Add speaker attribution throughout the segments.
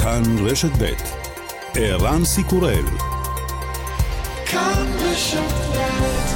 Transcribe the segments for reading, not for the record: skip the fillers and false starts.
Speaker 1: כאן רשת ב' ערן סיקורל. כאן רשת ב'.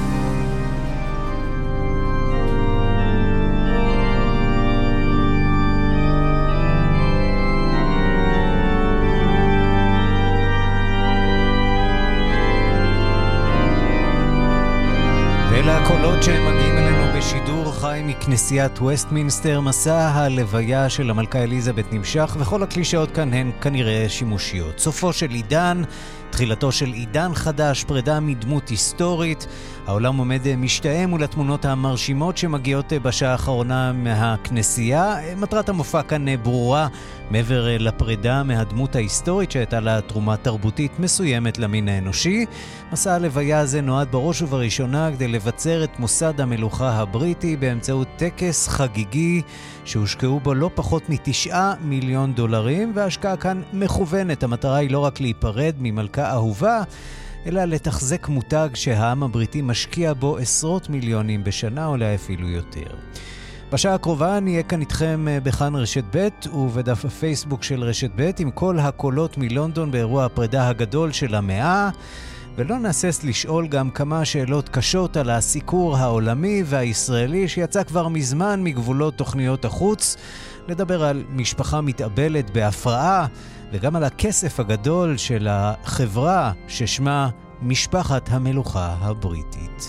Speaker 2: ואלה הקולות שמגיעים אלינו בשידור חי מכנסיית וסטמינסטר. מסע הלוויה של המלכה אליזבת נמשך, וכל הקלישאות כאן הן כנראה שימושיות. סופו של עידן, תחילתו של עידן חדש, פרידה מדמות היסטורית. העולם עומד משתאה מול התמונות המרשימות שמגיעות בשעה האחרונה מהכנסייה. מטרת המופע כאן ברורה, מעבר לפרידה מהדמות ההיסטורית שהייתה לה תרומה תרבותית מסוימת למין האנושי. מסע הלוויה הזה נועד בראש ובראשונה כדי לבצר את מוסד המלוכה הבריטי באמצעות טקס חגיגי שהושקעו בו לא פחות $9 מיליון, וההשקעה כאן מכוונת. המטרה היא לא רק להיפרד ממלכה אהובה, אלא לתחזק מותג שהעם הבריטי משקיע בו עשרות מיליונים בשנה, אולי אפילו יותר. בשעה הקרובה נהיה כאן איתכם בכאן רשת ב' ובדף הפייסבוק של רשת ב' עם כל הקולות מלונדון באירוע הפרידה הגדול של המאה, ולא נסס לשאול גם כמה שאלות קשות על הסיקור העולמי והישראלי שיצא כבר מזמן מגבולות תוכניות החוץ. נדבר על משפחה מתאבלת בהפרעה, וגם על הכסף הגדול של החברה ששמה משפחת המלוכה הבריטית.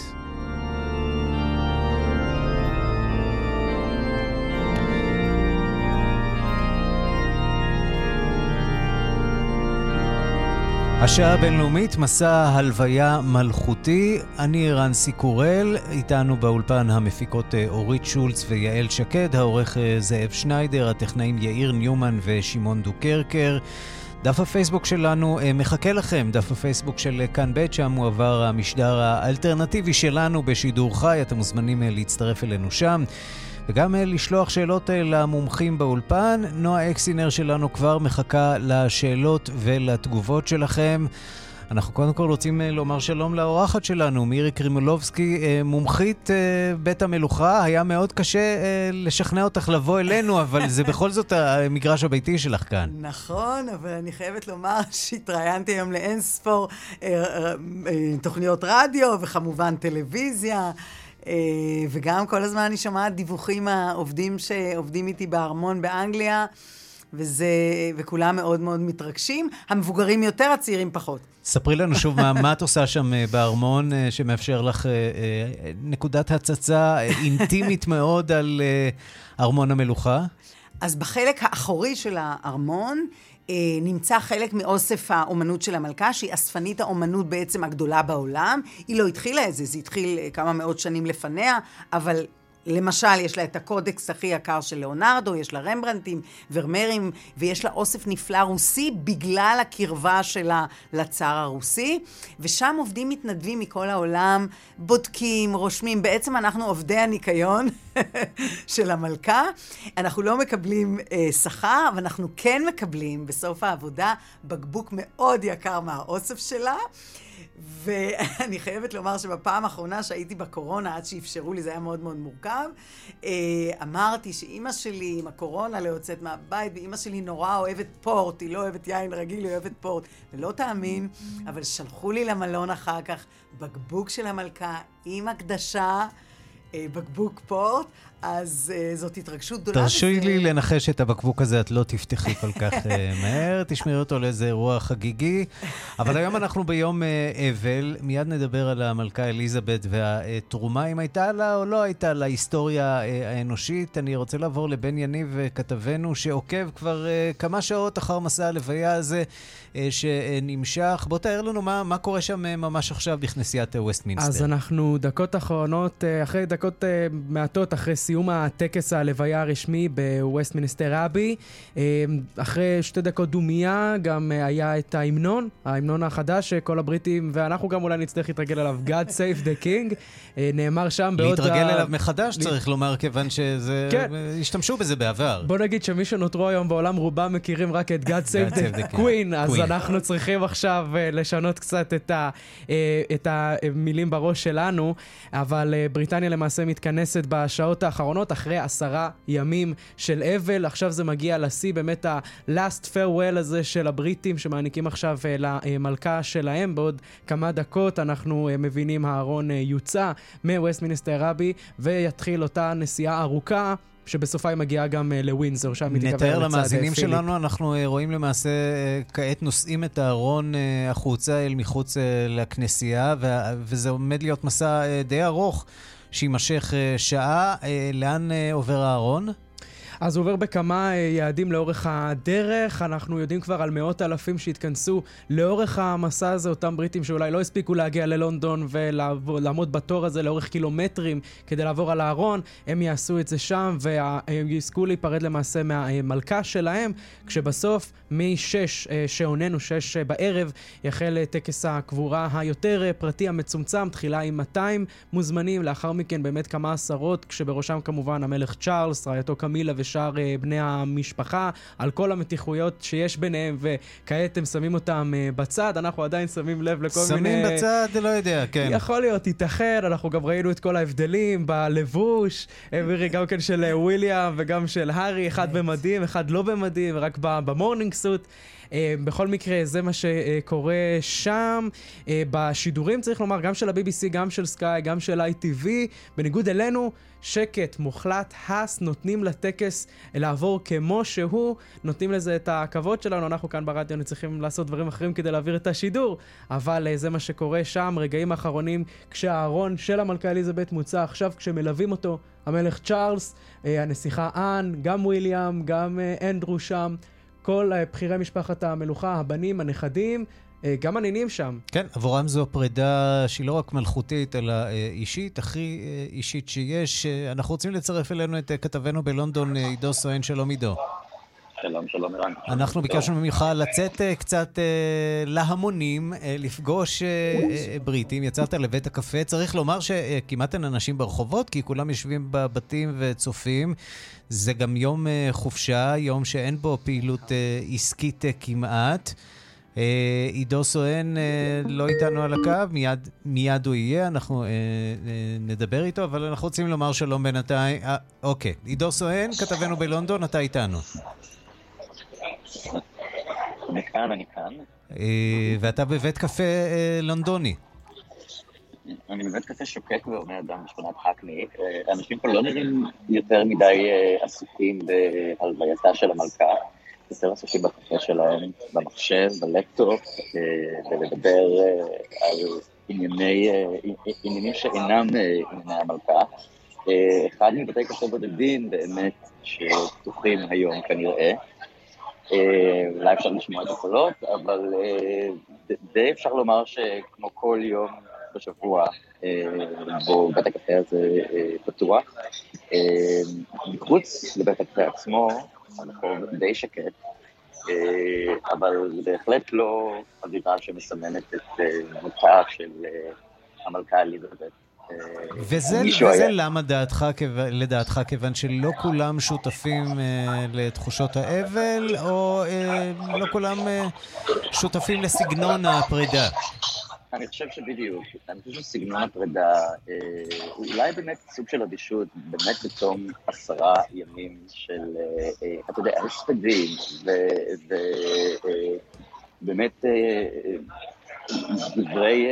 Speaker 2: השעה הבינלאומית, מסע הלוויה מלכותי. אני ערן סיקורל, איתנו באולפן המפיקות אורית שולץ ויעל שקד, העורך זאב שניידר, הטכנאים יאיר ניומן ושמעון דוקרקר. דף הפייסבוק שלנו מחכה לכם, דף הפייסבוק של כאן ב', שם מועבר המשדר האלטרנטיבי שלנו בשידור חי, אתם מוזמנים להצטרף אלינו שם. וגם לשלוח שאלות למומחים באולפן. נועה אקסינר שלנו כבר מחכה לשאלות ולתגובות שלכם. אנחנו קודם כל רוצים לומר שלום לאורחת שלנו, מירי קרימולובסקי, מומחית בית המלוכה. היה מאוד קשה לשכנע אותך לבוא אלינו, אבל זה בכל זאת המגרש הביתי שלך כאן.
Speaker 3: נכון, אבל אני חייבת לומר שהתראיינתי היום לאין ספור תוכניות רדיו וכמובן טלוויזיה. וגם כל הזמן אני שומעת דיווחים מהעובדים שעובדים איתי בארמון באנגליה, וכולם מאוד מאוד מתרגשים. המבוגרים יותר, הצעירים פחות.
Speaker 2: ספרי לנו שוב מה את עושה שם בארמון שמאפשר לך נקודת הצצה אינטימית מאוד על ארמון המלוכה. אז
Speaker 3: בחלק האחורי של הארמון נמצא חלק מאוסף האומנות של המלכה, שהיא אספנית האומנות בעצם הגדולה בעולם. היא לא התחילה את זה, זה התחיל כמה מאות שנים לפניה, אבל למשל יש לה את הקודקס הכי יקר של ליאונרדו, יש לה רמברנטים, ורמרים, ויש לה אוסף נפלא רוסי בגלל הקרבה שלה לצאר הרוסי, ושם עובדים מתנדבים מכל העולם, בודקים, רושמים, בעצם אנחנו עובדי הניקיון של המלכה. אנחנו לא מקבלים שכר, אבל אנחנו כן מקבלים בסוף העבודה בקבוק מאוד יקר מהאוסף שלה. ואני חייבת לומר שבפעם האחרונה שהייתי בקורונה, עד שאפשרו לי, זה היה מאוד מאוד מורכב, אמרתי שאמא שלי עם הקורונה לא יוצאת מהבית, ואמא שלי נורא אוהבת פורט, היא לא אוהבת יין רגיל, היא אוהבת פורט, ולא תאמין, אבל שלחו לי למלון אחר כך בקבוק של המלכה עם הקדשה, בקבוק פורט, אז זאת התרגשות גדולה.
Speaker 2: תרשי לי לנחש את הבקבוק הזה, את לא תפתחי כל כך מהר, תשמרי אותו לאיזה אירוע חגיגי. אבל היום אנחנו ביום אבל, מיד נדבר על המלכה אליזבת והתרומה, אם הייתה לה או לא הייתה לה היסטוריה האנושית. אני רוצה לעבור לבן יניב כתבנו, שעוקב כבר כמה שעות אחר מסע הלוויה הזה שנמשך. בוא תאר לנו מה קורה שם ממש עכשיו בכנסיית וסטמינסטר.
Speaker 4: אז אנחנו דקות אחרונות, אחרי דקות מעטות, אחרי סיום הטקס הלוויה הרשמי בווסטמינסטר אבי. אחרי 2 דקות דומיה גם היה את ההמנון החדש שכל הבריטים, ואנחנו גם אולי נצטרך להתרגל עליו, God Save the King. נאמר שם בעוד...
Speaker 2: להתרגל אליו מחדש צריך לומר, כיוון שזה... השתמשו בזה בעבר.
Speaker 4: בוא נגיד שמי שנותרו היום בעולם רובם מכירים רק את God Save the Queen, אז אנחנו צריכים עכשיו לשנות קצת את המילים בראש שלנו, אבל בריטניה למעשה למעשה מתכנסת בשעות האחרונות, אחרי 10 ימים של אבל. עכשיו זה מגיע לשיא, באמת ה-last farewell הזה של הבריטים, שמעניקים עכשיו למלכה שלהם. בעוד כמה דקות אנחנו מבינים הארון יוצא מווסטמינסטר אבי, ויתחיל אותה נסיעה ארוכה, שבסופה היא מגיעה גם לווינזור, שם היא תקבל לצד
Speaker 2: נתאר למאזינים שלנו, אנחנו רואים למעשה, כעת נושאים את הארון החוצה אל מחוץ לכנסייה, וזה עומד להיות מסע די ארוך, שימשך שעה. לאן עובר הארון?
Speaker 4: אז הוא עובר בכמה יעדים לאורך הדרך. אנחנו יודעים כבר על מאות אלפים שהתכנסו לאורך המסע הזה, אותם בריטים שאולי לא הספיקו להגיע ללונדון ולעמוד בתור הזה לאורך קילומטרים כדי לעבור על הארון. הם יעשו את זה שם ויזכו להיפרד למעשה מהמלכה שלהם, כשבסוף מ-6 שעוננו 6 בערב יחל טקס הקבורה היותר פרטי המצומצם, תחילה עם 200 מוזמנים, לאחר מכן באמת כמה עשרות, כשבראשם כמובן המלך צ'ארלס, רעייתו קמילה ושאר בני המשפחה, על כל המתיחויות שיש ביניהם, וכעת הם שמים אותם בצד. אנחנו עדיין שמים לב לכל מיני...
Speaker 2: שמים בצד, לא יודע, כן.
Speaker 4: יכול להיות, ייתכן, אנחנו גם ראינו את כל ההבדלים בלבוש, גם כן של וויליאם וגם של הארי, אחד במדים, אחד לא במדים, רק במורנינג סוט. בכל מקרה, זה מה שקורה שם. בשידורים, צריך לומר, גם של ה-BBC, גם של סקאי, גם של ITV, בניגוד אלינו, שקט, מוחלט, הס, נותנים לטקס לעבור כמו שהוא, נותנים לזה את הכבוד שלנו. אנחנו כאן ברדיו צריכים לעשות דברים אחרים כדי להעביר את השידור, אבל זה מה שקורה שם. רגעים האחרונים, כשהארון של המלכה אליזבת מוצא, עכשיו כשמלווים אותו המלך צ'ארלס, הנסיכה אן, גם וויליאם, גם אנדרו שם, כל בחירי משפחת המלוכה, הבנים, הנכדים, גם הנינים שם.
Speaker 2: כן, עבורם זו פרידה שהיא לא רק מלכותית, אלא אישית, הכי אישית שיש. אנחנו רוצים לצרף אלינו את כתבנו בלונדון, עידו סואן. שלום עידו.
Speaker 5: שלום, שלום ערן.
Speaker 2: אנחנו ביקשנו ממך לצאת קצת להמונים, לפגוש בריטים, יצאת לבית הקפה. צריך לומר שכמעט אין אנשים ברחובות, כי כולם יושבים בבתים וצופים. זה גם יום חופשה, יום שאין בו פעילות עסקית כמעט. עידו סואן לא איתנו על הקו, מיד הוא יהיה, אנחנו נדבר איתו, אבל אנחנו רוצים לומר שלום בינתיים. אוקיי, עידו סואן, כתבנו בלונדון, אתה איתנו.
Speaker 5: אני כאן.
Speaker 2: ואתה בבית קפה לונדוני.
Speaker 5: אני בבית קפה שוקק ועומד אדם בשכונת הקני. אנשים פה לא נראים יותר מדי עסוקים בהלווייתה של המלכה. יותר עסוקים בקפה שלהם, במחשב, בלפטופ, ולדבר על עניינים שאינם ענייני המלכה. אחד מבתי קפה בודדים באמת שפתוחים היום כנראה. אולי אפשר לשמוע את הקולות, אבל די אפשר לומר שכמו כל יום בשבוע בו בית הקפה הזה פתוח. מחוץ לבית הקפה עצמו, אנחנו די שקט, אבל זה בהחלט לא אווירה שמסמנת את מותה של המלכה אליזבת.
Speaker 2: וזה למה לדעתך, כיוון שלא כולם שותפים לתחושות האבל, או לא כולם שותפים לסגנון הפרידה?
Speaker 5: אני חושב שבדיוק, אני חושב שסגנון הפרידה, אולי באמת סוג של אדישות, באמת בתום 10 ימים של, אתה יודע, הספדים, ובאמת דברי,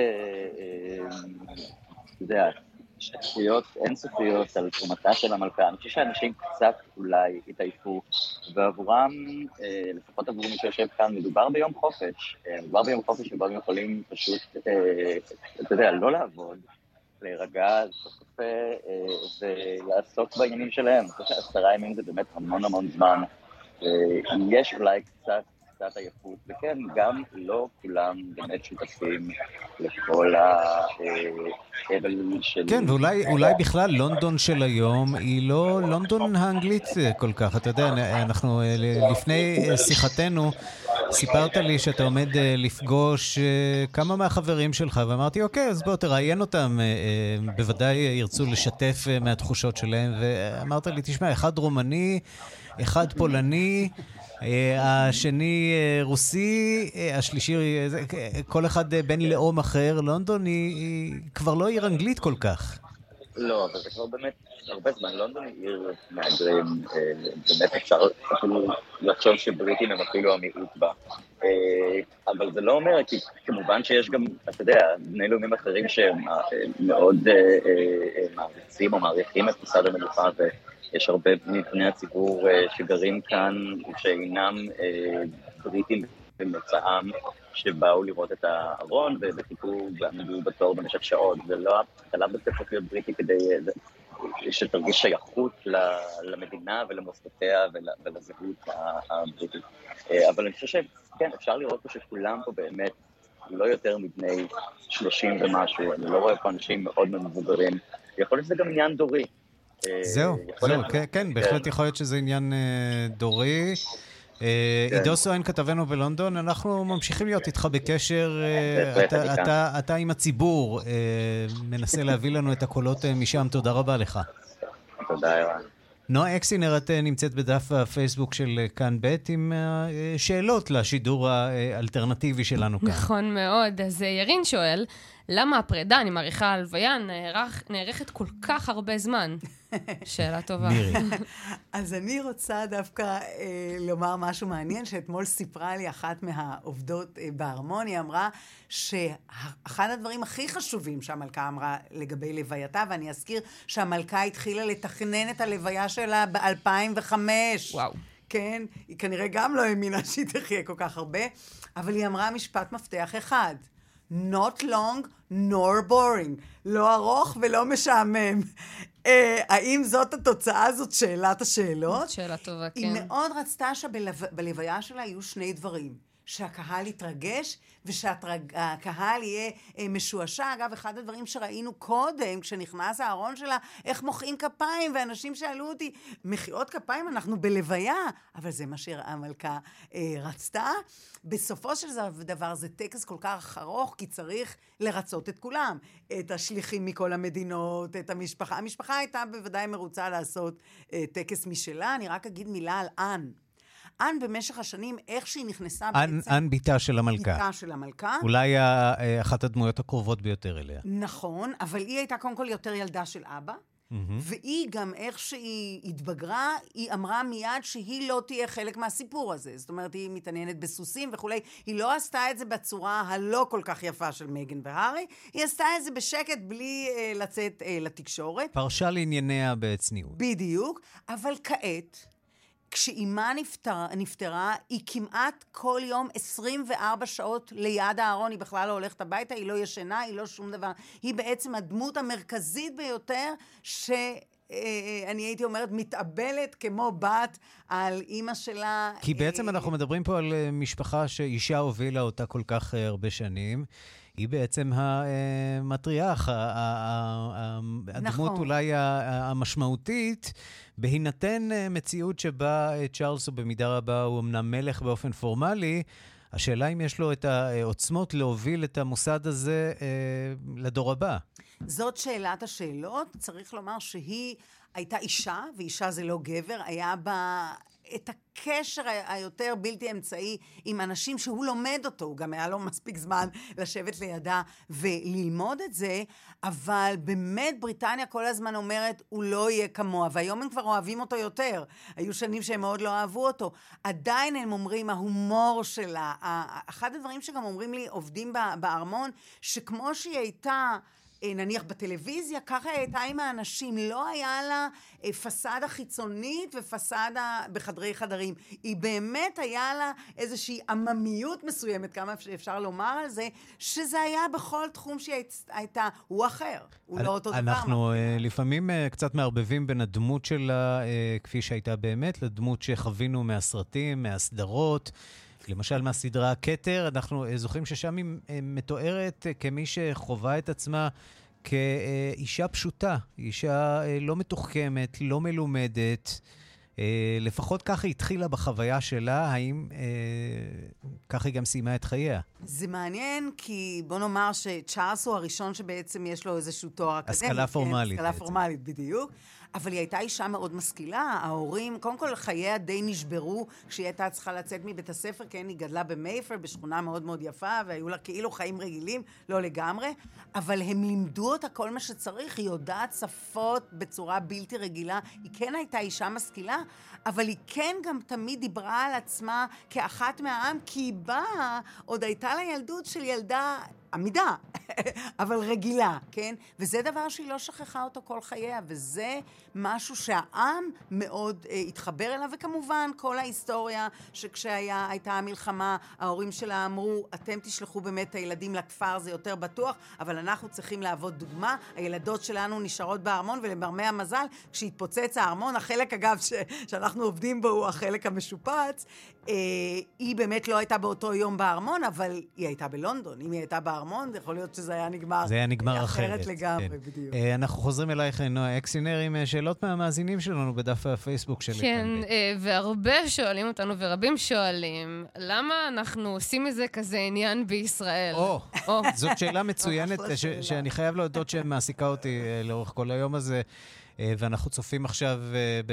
Speaker 5: אתה יודע, שטחיות אינסופיות על תרומתה של המלכה. אני חושב שאנשים קצת אולי התעייפו, ועבורם, לפחות עבור מי שיושב כאן, מדובר ביום חופש. מדובר ביום חופש שבו הם יכולים פשוט, אתה יודע, לא לעבוד, להירגע, לעשות קפה, ולעסוק בעניינים שלהם. אני חושב ש10 ימים זה באמת המון זמן. יש אולי קצת עייפות, וכן, גם לא כולם באמת שותפים לכל האבל של...
Speaker 2: כן, ואולי בכלל לונדון של היום היא לא לונדון האנגלית כל כך. אתה יודע, אנחנו לפני שיחתנו סיפרת לי שאתה עומד לפגוש כמה מהחברים שלך, ואמרתי, אוקיי, אז בוא תראיין אותם, בוודאי ירצו לשתף מהתחושות שלהם, ואמרת לי, תשמע, אחד רומני, אחד פולני, השני רוסי, השלישי, כל אחד בן לאום אחר. לונדון היא כבר לא עיר אנגלית כל כך.
Speaker 5: לא, אבל זה כבר באמת הרבה זמן. לונדון היא עיר מהגרים, באמת אפשר אפילו לחשוב שבריטים הם אפילו המיעוט בה. אבל זה לא אומר, כי כמובן שיש גם, אתה יודע, בני לאומים אחרים שהם מאוד מעריצים או מעריכים את מוסד המלוכה, ויש הרבה מבני הציבור שגרים כאן, שאינם בריטים במוצאם, שבאו לראות את הארון וחיכו ועמדו בתור במשך שעות, ולא, אתה לאו דווקא צריך להיות בריטי כדי שתרגיש שייכות למדינה ולמוסדותיה ולזהות הבריטית. אבל אני חושב שכן, אפשר לראות פה שכולם פה באמת לא יותר מבני 30 ומשהו, אני לא רואה פה אנשים מאוד מבוגרים, יכול להיות שזה גם עניין דורי.
Speaker 2: זהו, כן, בהחלט יכול להיות שזה עניין דורי. עידו סואן, כתבנו בלונדון, אנחנו ממשיכים להיות איתך בקשר, אתה עם הציבור, מנסה להביא לנו את הקולות משם, תודה רבה לך.
Speaker 5: תודה, אירן.
Speaker 2: נועה אקסינר, את נמצאת בדף הפייסבוק של כאן ב' עם שאלות לשידור האלטרנטיבי שלנו כאן.
Speaker 6: נכון מאוד, אז ירין שואל, למה הפרידה, אני מעריכה הלוויה, נערכת כל כך הרבה זמן? שאלה טובה.
Speaker 2: מירי.
Speaker 3: אז אני רוצה דווקא לומר משהו מעניין, שאתמול סיפרה לי אחת מהעובדות בארמון, היא אמרה שאחד הדברים הכי חשובים שהמלכה אמרה לגבי לווייתה, ואני אזכיר שהמלכה התחילה לתכנן את הלוויה שלה ב-2005.
Speaker 6: וואו.
Speaker 3: כן, היא כנראה גם לא האמינה שהיא תחיה כל כך הרבה, אבל היא אמרה משפט מפתח אחד. Not long nor boring. לא ארוך ולא משעמם. האם זאת התוצאה? זאת שאלת השאלות?
Speaker 6: שאלה טובה, כן.
Speaker 3: היא מאוד רצתה שבלוויה שלה יהיו שני דברים. שהקהל יתרגש ושהקהל יהיה משועשע. אגב, אחד הדברים שראינו קודם, כשנכנס הארון שלה, איך מוחאים כפיים, ואנשים שאלו אותי, מחיאות כפיים, אנחנו בלוויה, אבל זה מה שהמלכה רצתה. בסופו של דבר זה טקס כל כך ארוך, כי צריך לרצות את כולם. את השליחים מכל המדינות, את המשפחה. המשפחה הייתה בוודאי מרוצה לעשות טקס משלה. אני רק אגיד מילה על אן. אן במשך השנים, איך שהיא נכנסה בעצם...
Speaker 2: אן ביתה של המלכה.
Speaker 3: ביתה של המלכה.
Speaker 2: אולי אחת הדמויות הקרובות ביותר אליה.
Speaker 3: נכון, אבל היא הייתה קודם כל יותר ילדה של אבא, והיא גם איך שהיא התבגרה, היא אמרה מיד שהיא לא תהיה חלק מהסיפור הזה. זאת אומרת, היא מתעניינת בסוסים וכולי. היא לא עשתה את זה בצורה הלא כל כך יפה של מייגן והארי, היא עשתה את זה בשקט בלי לצאת לתקשורת.
Speaker 2: פרשה לענייניה בצניעות.
Speaker 3: בדיוק, אבל כעת... כשאימה נפטרה, היא כמעט כל יום 24 שעות ליד הארון, היא בכלל לא הולכת הביתה, היא לא ישנה, היא לא שום דבר. היא בעצם הדמות המרכזית ביותר שאני הייתי אומרת, מתאבלת כמו בת על אימא שלה.
Speaker 2: כי בעצם אנחנו מדברים פה על משפחה שאישה הובילה אותה כל כך הרבה שנים. היא בעצם המטריח, הדמות אולי המשמעותית, בהינתן מציאות שבה צ'ארלס הוא במידה רבה, הוא אמנם מלך באופן פורמלי, השאלה אם יש לו את העוצמות להוביל את המוסד הזה לדור הבא.
Speaker 3: זאת שאלת השאלות. צריך לומר שהיא הייתה אישה, ואישה זה לא גבר, היה בה את הקשר היותר בלתי אמצעי עם אנשים שהוא לומד אותו, הוא גם היה לו מספיק זמן לשבת לידה וללמוד את זה, אבל באמת בריטניה כל הזמן אומרת, הוא לא יהיה כמוה, והיום הם כבר אוהבים אותו יותר. היו שנים שהם מאוד לא אהבו אותו. עדיין הם אומרים, ההומור שלה, אחד הדברים שגם אומרים לי, עובדים בארמון, שכמו שהיא הייתה... נניח בטלוויזיה, ככה הייתה עם האנשים, לא היה לה פסדה חיצונית ופסדה בחדרי חדרים. היא באמת היה לה איזושהי עממיות מסוימת, כמה אפשר לומר על זה, שזה היה בכל תחום שהיא הייתה, הוא אחר, הוא לא אותו דבר.
Speaker 2: אנחנו לפעמים קצת מערבבים בין הדמות שלה, כפי שהייתה באמת, לדמות שחווינו מהסרטים, מהסדרות, למשל מהסדרה כתר, אנחנו זוכרים ששם היא מתוארת כמי שחובה את עצמה כאישה פשוטה, אישה לא מתוחכמת, לא מלומדת, לפחות ככה היא התחילה בחוויה שלה, האם ככה היא גם סיימה את חייה?
Speaker 3: זה מעניין, כי בוא נאמר שצ'ארלס הוא הראשון שבעצם יש לו איזשהו תואר אקדמי.
Speaker 2: השכלה פורמלית.
Speaker 3: השכלה פורמלית, בדיוק. אבל היא הייתה אישה מאוד משכילה. ההורים, קודם כל חייה די נשברו כשהיא הייתה צריכה לצאת מבית הספר, כן, היא גדלה במייפר, בשכונה מאוד מאוד יפה, והיו לה כאילו חיים רגילים, לא לגמרי, אבל הם לימדו אותה כל מה שצריך, היא יודעת שפות בצורה בלתי רגילה, היא כן הייתה אישה משכילה, אבל היא כן גם תמיד דיברה על עצמה כאחת מהעם, כי היא באה, עוד הייתה לה ילדות של ילדה עמידה, אבל רגילה, כן? וזה דבר שהיא לא שכחה אותו כל חייה, וזה משהו שהעם מאוד התחבר אליו, וכמובן כל ההיסטוריה שכשהייתה המלחמה, ההורים שלה אמרו, אתם תשלחו באמת את הילדים לכפר, זה יותר בטוח, אבל אנחנו צריכים לעבוד דוגמה, הילדות שלנו נשארות בארמון, ולמרמי המזל, כשהתפוצץ הארמון, החלק אגב שאנחנו עובדים בו הוא החלק המשופץ, היא באמת לא הייתה באותו יום בארמון, אבל היא הייתה בלונדון, אם היא הייתה בארמון, יכול להיות שזה היה נגמר.
Speaker 2: זה היה נגמר אחרת.
Speaker 3: לגמרי, כן. בדיוק.
Speaker 2: אנחנו חוזרים אלייך, נועה אקסינר, עם שאלות מהמאזינים שלנו בדף הפייסבוק של
Speaker 6: כן, והרבה שואלים אותנו, ורבים שואלים, למה אנחנו עושים מזה כזה עניין בישראל?
Speaker 2: זאת שאלה מצוינת, שאני חייב להודות שמעסיקה אותי לאורך כל היום הזה, ואנחנו צופים עכשיו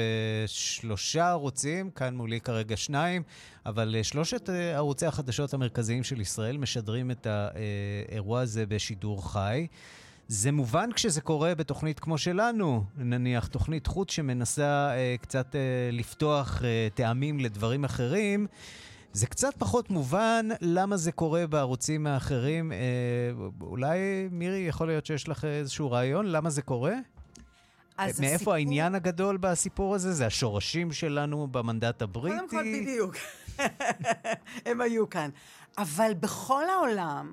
Speaker 2: בשלושה ערוצים, כאן מולי כרגע 2, אבל 3 ערוצי החדשות המרכזיים של ישראל משדרים את האירוע הזה בשידור חי. זה מובן כשזה קורה בתוכנית כמו שלנו, נניח תוכנית חוץ שמנסה קצת לפתוח טעמים לדברים אחרים, זה קצת פחות מובן למה זה קורה בערוצים האחרים. אולי מירי, יכול להיות שיש לך איזשהו רעיון למה זה קורה? מאיפה העניין הגדול בסיפור הזה? זה השורשים שלנו במנדט הבריטי?
Speaker 3: קודם כל בדיוק. הם היו כאן. אבל בכל העולם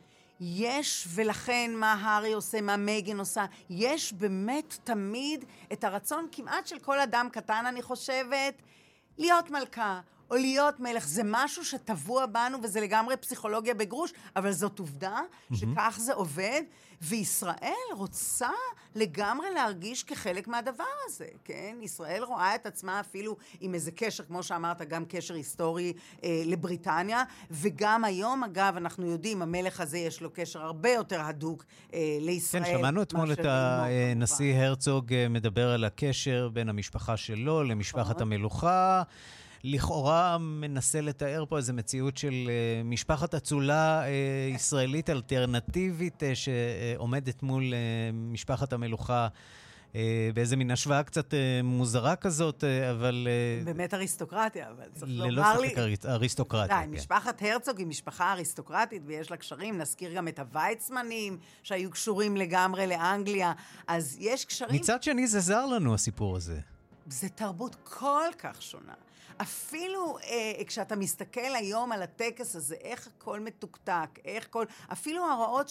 Speaker 3: יש, ולכן מה הארי עושה, מה מייגן עושה, יש באמת תמיד את הרצון כמעט של כל אדם קטן, אני חושבת, להיות מלכה. או להיות מלך, זה משהו שטבוע בנו, וזה לגמרי פסיכולוגיה בגרוש, אבל זאת עובדה שכך זה עובד, וישראל רוצה לגמרי להרגיש כחלק מהדבר הזה, כן? ישראל רואה את עצמה אפילו עם איזה קשר, כמו שאמרת, גם קשר היסטורי לבריטניה, וגם היום, אגב, אנחנו יודעים, המלך הזה יש לו קשר הרבה יותר הדוק לישראל.
Speaker 2: כן, שמענו אתמול את הנשיא הרצוג מדבר על הקשר בין המשפחה שלו למשפחת המלוכה, לכאורה מנסה לתאר פה איזו מציאות של משפחת אצולה ישראלית אלטרנטיבית שעומדת מול משפחת המלוכה באיזה מין השוואה קצת מוזרה כזאת, אבל
Speaker 3: באמת אריסטוקרטיה, אבל צריך לומר לי...
Speaker 2: ללא ספק אריסטוקרטיה.
Speaker 3: די, משפחת הרצוג היא משפחה אריסטוקרטית, ויש לה קשרים, נזכיר גם את הוויצמנים, שהיו קשורים לגמרי לאנגליה, אז יש קשרים...
Speaker 2: מצד שני זה זר לנו הסיפור הזה.
Speaker 3: זה תרבות כל כך שונה. אפילו כשאתה מסתכל היום על הטקס הזה, איך הכל מתוקתק, איך כל... אפילו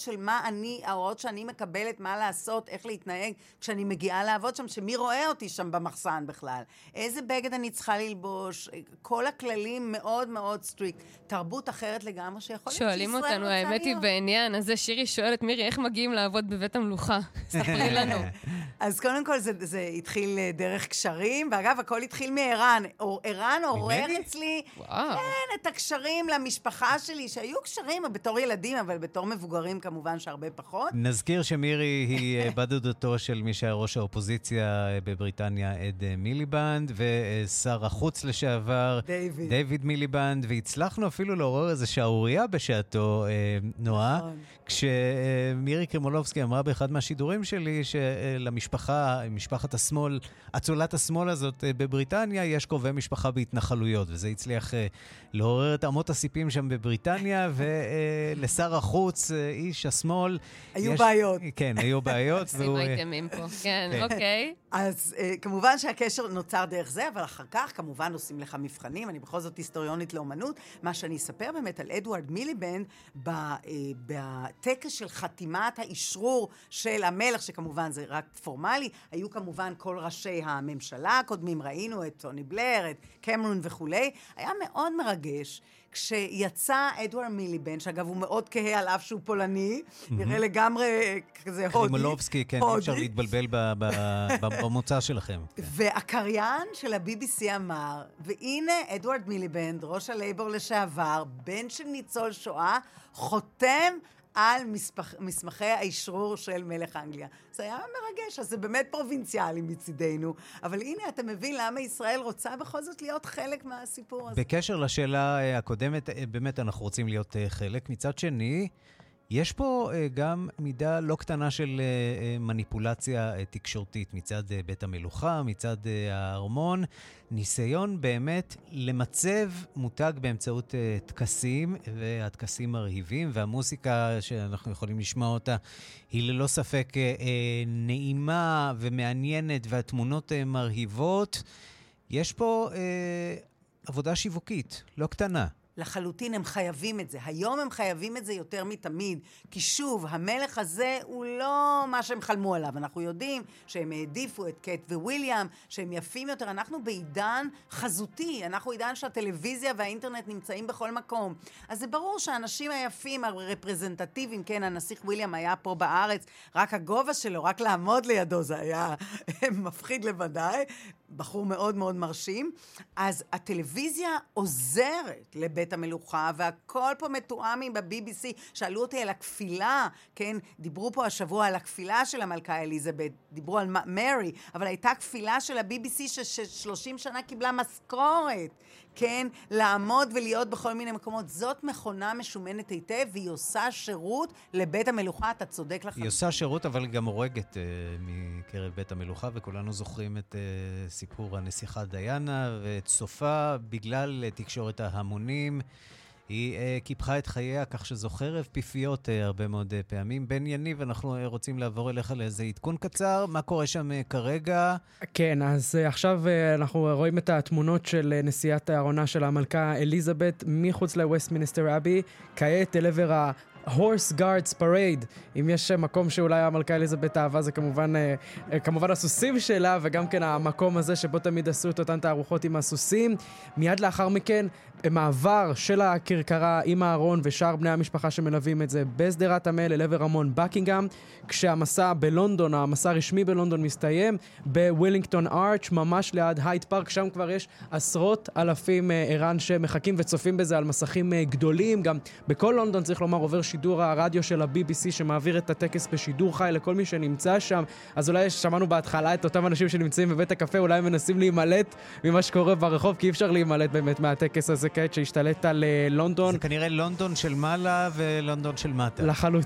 Speaker 3: ההוראות שאני מקבלת, מה לעשות, איך להתנהג, כשאני מגיעה לעבוד שם, שמי רואה אותי שם במחסן בכלל. איזה בגד אני צריכה ללבוש, כל הכללים מאוד מאוד סטריק. תרבות אחרת לגמרי שיכול להיות שישראל
Speaker 6: שואלים אותנו, האמת היא בעניין, אז שירי שואלת, מירי, איך מגיעים לעבוד בבית המלוכה? ספרי לנו.
Speaker 3: אז קודם כל זה התחיל דרך קשרים, ואגב, הכל התחיל מערן. ערן עורר אצלי, כן, את הקשרים למשפחה שלי, שהיו קשרים בתור ילדים, אבל בתור מבוגרים כמובן שהרבה פחות.
Speaker 2: נזכיר שמירי היא בת דודתו של מי שהיה ראש האופוזיציה בבריטניה, אד מיליבנד, ושר החוץ לשעבר, דיוויד מיליבנד, והצלחנו אפילו לעורר איזו שערוריה בשעתו, נועה, כשמירי קרימולובסקי אמרה באחד מהשידורים שלי, שלמשפחה, משפחת השמאל, אצולת השמאל הזאת בבריטניה, יש קרובי משפחה בהתנחלויות, וזה הצליח לעורר את אמות הסיפים שם בבריטניה, ולשר החוץ, איש השמאל...
Speaker 3: היו בעיות.
Speaker 2: כן, היו בעיות.
Speaker 6: שים אייטמים פה, כן, אוקיי.
Speaker 3: אז כמובן שהקשר נוצר דרך זה, אבל אחר כך כמובן עושים לך מבחנים, אני בכל זאת היסטוריונית לאומנות, מה שאני אספר באמת על אדוארד מיליבנד, בטקס של חתימת האישרור של המלך, שכמובן זה רק פורמלי, היו כמובן כל ראשי הממשלה הקודמים, ראינו את טוני בלר, את קמרון וכולי, היה מאוד מרגש, כשיצא אדוארד מיליבנד, שאגב הוא מאוד כהה על אף שהוא פולני, נראה לגמרי כזה הודי.
Speaker 2: קרימולובסקי, כן, אי אפשר להתבלבל במוצא שלכם.
Speaker 3: והקריין של ה-BBC אמר, והנה אדוארד מיליבנד, ראש הלייבור לשעבר, בן של ניצול שואה, חותם על מסמכי האשרור של מלך אנגליה. זה היה מרגש, אז זה באמת פרובינציאלי מצידנו, אבל הנה אתה מבין למה ישראל רוצה בכל זאת להיות חלק מהסיפור הזה.
Speaker 2: בקשר לשאלה הקודמת, באמת אנחנו רוצים להיות חלק. מצד שני, יש פה גם מידה לא קטנה של מניפולציה תקשורתית מצד בית המלוכה, מצד הארמון, ניסיון באמת למצב מותג באמצעות טקסים, והטקסים מרהיבים, והמוסיקה שאנחנו יכולים לשמוע אותה היא ללא ספק נעימה ומעניינת, והתמונות מרהיבות. יש פה עבודה שיווקית לא קטנה.
Speaker 3: לחלוטין הם חייבים את זה. היום הם חייבים את זה יותר מתמיד. כי שוב, המלך הזה הוא לא מה שהם חלמו עליו. אנחנו יודעים שהם העדיפו את קייט וויליאם, שהם יפים יותר. אנחנו בעידן חזותי. אנחנו בעידן שהטלוויזיה והאינטרנט נמצאים בכל מקום. אז זה ברור שהאנשים היפים, הרפרזנטטיביים, כן, הנסיך וויליאם היה פה בארץ, רק הגובה שלו, רק לעמוד לידו, זה היה מפחיד לוודאי. בחור מאוד מאוד מרשים. אז הטלוויזיה עוזרת לבית המלוכה, והכל פה מתואם עם ב-BBC. שאלו אותי על הכפילה, כן? דיברו פה השבוע על הכפילה של המלכה אליזבת, דיברו על מרי, אבל הייתה כפילה של ה-BBC ש30 שנה קיבלה משכורת, כן? לעמוד ולהיות בכל מיני מקומות. זאת מכונה משומנת היטב, והיא עושה שירות לבית המלוכה, אתה צודק לחלוטין.
Speaker 2: היא עושה שירות, אבל גם הורגת מקרב בית המלוכה, וכולנו זוכרים את סיפור הנסיכה דיאנה ואת סופה, בגלל תקשורת ההמונים. היא קיפחה את חייה, כך שזו חרב פיפיות הרבה מאוד פעמים. בן יניב, אנחנו רוצים לעבור אליך לאיזה עדכון קצר. מה קורה שם כרגע?
Speaker 4: כן, אז עכשיו אנחנו רואים את התמונות של נשיאת הארונה של המלכה אליזבת מחוץ לווסטמינסטר אבי, כעת אל עבר ה-Horse Guards Parade. אם יש מקום שאולי המלכה אליזבת אהבה, זה כמובן הסוסים שלה, וגם כן המקום הזה שבו תמיד עשו את אותן תערוכות עם הסוסים. מיד לאחר מכן, מעבר של הכרכרה עם הארון ושאר בני המשפחה שמלווים את זה בסדרת המל אל עבר המון בקינגהאם, כשהמסע בלונדון, המסע הרשמי בלונדון מסתיים בווילינגטון ארץ', ממש ליד הייד פארק. שם כבר יש עשרות אלפים ערן שמחכים וצופים בזה על מסכים גדולים. גם בכל לונדון, צריך לומר, עובר שידור הרדיו של ה-BBC שמעביר את הטקס בשידור חי לכל מי שנמצא שם. אז אולי שמענו בהתחלה את אותם אנשים שנמצאים בבית הקפה, אולי מנסים להימלט ממה שקורה ברחוב, כי אי אפשר להימלט באמת מהטקס הזה כעת שהשתלט על לונדון.
Speaker 2: זה כנראה לונדון של מעלה ולונדון של מטה.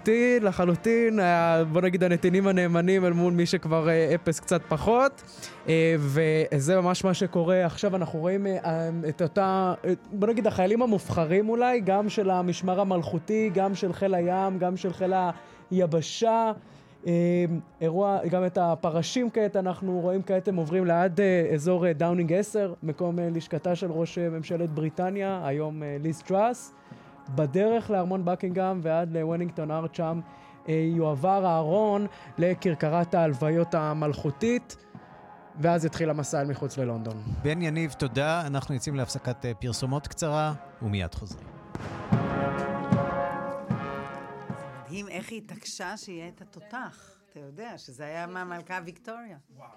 Speaker 4: לחלוטין, בוא נגיד הנתינים הנאמנים אל מול מי שכבר אפס קצת פחות, וזה ממש מה שקורה. עכשיו אנחנו רואים את אותה, בוא נגיד החיילים המובחרים אולי, גם של המשמר המלכותי, גם של חיל הים, גם של חיל היבשה, אירוע, גם את הפרשים כעת אנחנו רואים כעת, הם עוברים ליד אזור דאונינג 10, מקום לשכתה של ראש ממשלת בריטניה, היום ליז טראס. בדרך לארמון בקינגהאם ועד לווילינגטון ארץ', שם יועבר הארון לכרכרת ההלוויות המלכותית, ואז יתחיל המסע אל מחוץ ללונדון.
Speaker 2: בן יניב, תודה. אנחנו יוצאים להפסקת פרסומות קצרה, ומיד חוזרים.
Speaker 3: מדהים איך היא התעקשה שיהיה את התותח. אתה יודע שזה היה מהמלכה ויקטוריה. וואו.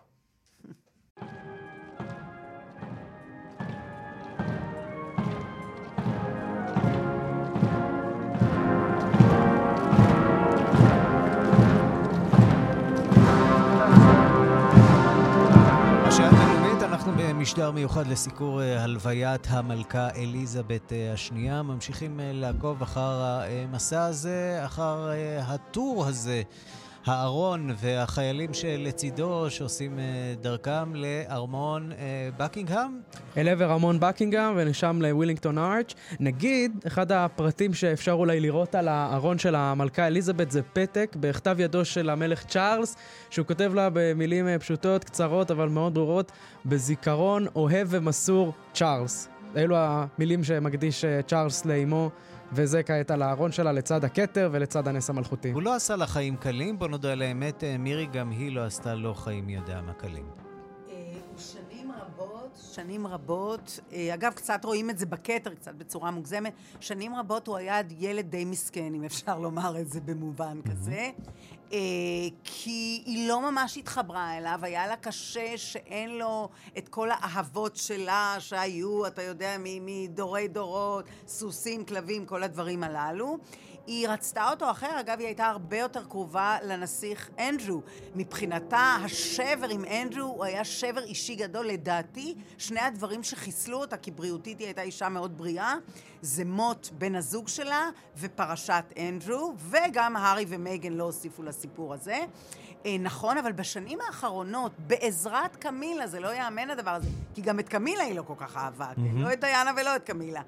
Speaker 2: אנחנו במשדר מיוחד לסיקור הלוויית המלכה אליזבת השנייה. ממשיכים לעקוב אחר המסע הזה, אחר הטור הזה, הארון והחיילים שלצידו שעושים דרכם לארמון בקינגהאם.
Speaker 4: אל עבר ארמון בקינגהאם ונשם לווילינגטון ארץ'. נגיד, אחד הפרטים שאפשר אולי לראות על הארון של המלכה אליזבת זה פתק בכתב ידו של המלך צ'ארלס, שהוא כותב לה במילים פשוטות, קצרות אבל מאוד ברורות, בזיכרון אוהב ומסור צ'ארלס. אלו המילים שמקדיש צ'ארלס לאמו, וזה כעת על הארון שלה לצד הכתר ולצד הנס המלכותי.
Speaker 2: הוא לא עשה לה חיים קלים, בוא נודה על האמת, מירי גם היא לא עשתה לו חיים יודע מה קלים.
Speaker 3: שנים רבות, אגב קצת רואים את זה בכתר, קצת בצורה מוגזמת, שנים רבות הוא היה ילד די מסכן, אם אפשר לומר את זה במובן כזה. כי היא לא ממש התחברה אליו, היה לה קשה שאין לו את כל האהבות שלה שהיו, אתה יודע, מדורי דורות, סוסים, כלבים, כל הדברים הללו. היא רצתה אותו אחר, אגב, היא הייתה הרבה יותר קרובה לנסיך אנדרו. מבחינתה, השבר עם אנדרו, הוא היה שבר אישי גדול. לדעתי, שני הדברים שחיסלו אותה, כי בריאותית היא הייתה אישה מאוד בריאה, זה מות בן הזוג שלה ופרשת אנדרו, וגם הארי ומייגן לא הוסיפו לסיפור הזה. נכון, אבל בשנים האחרונות, בעזרת קמילה, זה לא יאמן הדבר הזה, כי גם את קמילה היא לא כל כך אהבה, לא את דיאנה ולא את קמילה.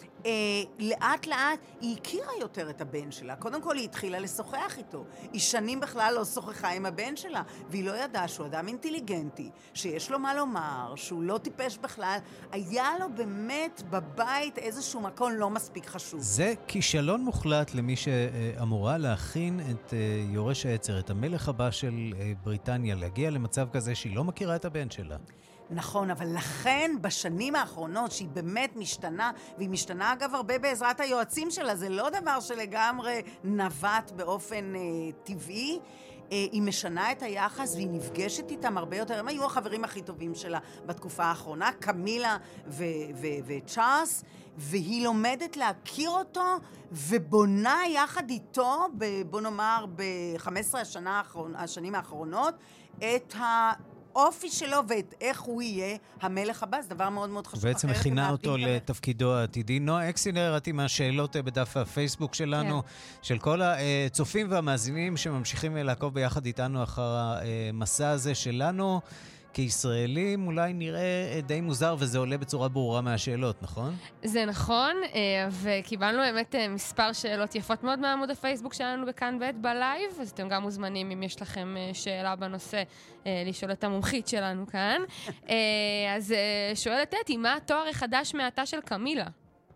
Speaker 3: לאט לאט היא הכירה יותר את הבן שלה. קודם כל היא התחילה לשוחח איתו. היא שנים בכלל לא שוחחה עם הבן שלה, והיא לא ידעה שהוא אדם אינטליגנטי, שיש לו מה לומר, שהוא לא טיפש בכלל. היה לו באמת בבית איזשהו מקום לא מספיק חשוב.
Speaker 2: זה כישלון מוחלט למי שאמורה להכין את יורש העצר, את המלך הבא של בריטניה, להגיע למצב כזה שהיא לא מכירה את הבן שלה.
Speaker 3: נכון, אבל לכן בשנים האחרונות שהיא באמת משתנה, והיא משתנה אגב הרבה בעזרת היועצים שלה, זה לא דבר שלגמרי נבט באופן טבעי, היא משנה את היחס והיא נפגשת איתם הרבה יותר, הם היו החברים הכי טובים שלה בתקופה האחרונה, קמילה וצ'ארלס, והיא לומדת להכיר אותו ובונה יחד איתו, בוא נאמר ב-15 השנים האחרונות, את האופי שלו ואת איך הוא יהיה המלך הבא, זה דבר מאוד מאוד חשוב.
Speaker 2: בעצם מכינה אותו לתפקידו העתידי. נועה אקסינר, את עם השאלות בדף הפייסבוק שלנו, של כל הצופים והמאזינים שממשיכים לעקוב ביחד איתנו אחר המסע הזה שלנו. כישראלים אולי נראה די מוזר, וזה עולה בצורה ברורה מהשאלות, נכון?
Speaker 6: זה נכון, וקיבלנו באמת מספר שאלות יפות מאוד מהעמוד הפייסבוק שלנו בכאן ב' בלייב, אז אתם גם מוזמנים אם יש לכם שאלה בנושא, לשאול את המומחית שלנו כאן. אז שואלת אתי, מה התואר החדש מעתה של קמילה?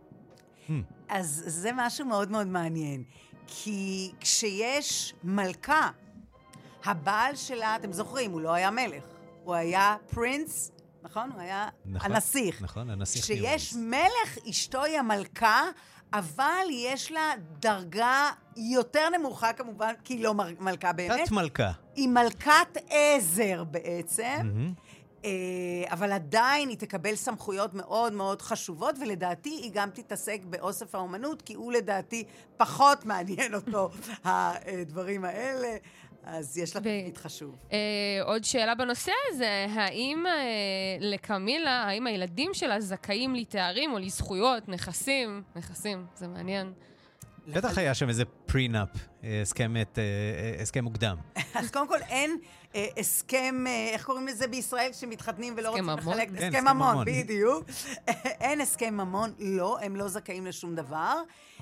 Speaker 3: אז זה משהו מאוד מאוד מעניין, כי כשיש מלכה, הבעל שלה, אתם זוכרים, הוא לא היה מלך. הוא היה פרינס, נכון? הוא היה הנסיך.
Speaker 2: נכון, הנסיך.
Speaker 3: כשיש מלך, אשתו היא המלכה, אבל יש לה דרגה יותר נמוכה כמובן, כי היא לא מלכה באמת.
Speaker 2: תת מלכה.
Speaker 3: היא מלכת עזר בעצם, אבל עדיין היא תקבל סמכויות מאוד מאוד חשובות, ולדעתי היא גם תתעסק באוסף האומנות, כי הוא לדעתי פחות מעניין אותו הדברים האלה. אז יש לה תפקיד חשוב.
Speaker 6: עוד שאלה בנושא הזה, האם לקמילה, האם הילדים שלה זכאים לתארים או לזכויות, נכסים, זה מעניין.
Speaker 2: בטח היה שם איזה פרינאפ, הסכם מוקדם.
Speaker 3: אז קודם כל אין הסכם, איך קוראים לזה בישראל כשמתחתנים ולא רוצים לחלק?
Speaker 2: הסכם ממון,
Speaker 3: בדיוק. אין הסכם ממון, לא, הם לא זכאים לשום דבר,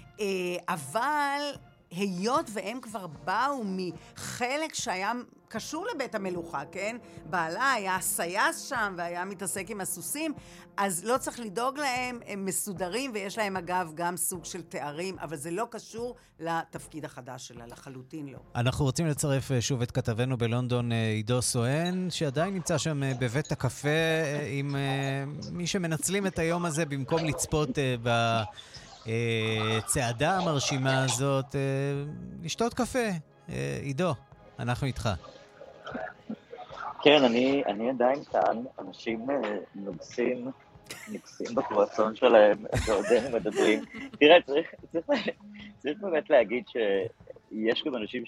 Speaker 3: אבל היות והם כבר באו מחלק שהיה קשור לבית המלוכה, כן? בעלה היה סייס שם והיה מתעסק עם הסוסים, אז לא צריך לדאוג להם, הם מסודרים ויש להם אגב גם סוג של תארים, אבל זה לא קשור לתפקיד החדש שלה, לחלוטין לא.
Speaker 2: אנחנו רוצים לצרף שוב את כתבנו בלונדון, עידו סואן, שעדיין נמצא שם בבית הקפה עם מי שמנצלים את היום הזה במקום לצפות צעדה המרשימה הזאת, לשתות קפה. עידו, אנחנו איתך.
Speaker 5: כן, אני עדיין כאן, אנשים נוגסים בקרואסון שלהם, ועודנו מדברים. תראה, צריך באמת להגיד שיש גם אנשים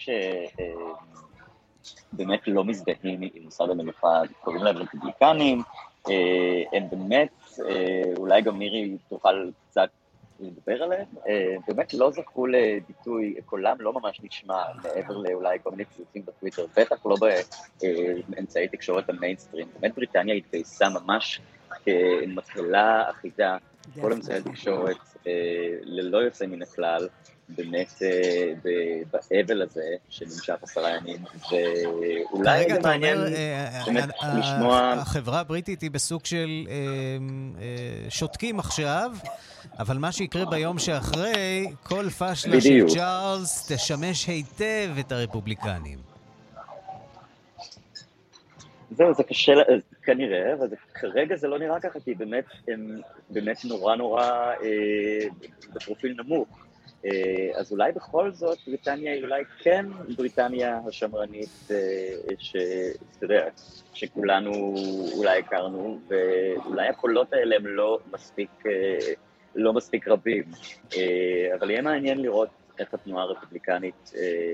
Speaker 5: שבאמת לא מזדהים עם משרד המלוכה, קוראים להם רפובליקנים, הם באמת, אולי גם מירי תוכל קצת לדבר עליהם, באמת לא זכו לביטוי, קולם לא ממש נשמע מעבר לאולי כל מיני ציוצים בטוויטר, בטח לא באמצעי תקשורת המיינסטרים. באמת בריטניה התגייסה ממש כמטלה אחידה, כל אמצעי תקשורת ללא יוצא מן הכלל, באמת באבל הזה שנמשך 10 ימים, ואולי זה מעניין לשמוע.
Speaker 2: החברה הבריטית היא בסוג של שותקים עכשיו, אבל מה שיקרה ביום שאחרי, כל פשלה של צ'ארלס תשמש היטב את הרפובליקנים.
Speaker 5: זהו, זה קשה, כנראה, אבל כרגע זה לא נראה ככה, כי באמת הם באמת נורא בפרופיל נמוך. אז אולי בכל זאת בריטניה היא אולי כן בריטניה השמרנית שאתה יודע, שכולנו אולי הכרנו, ואולי הקולות האלה הם לא מספיק רבים. אבל יהיה מעניין לראות איך התנועה הרפובליקנית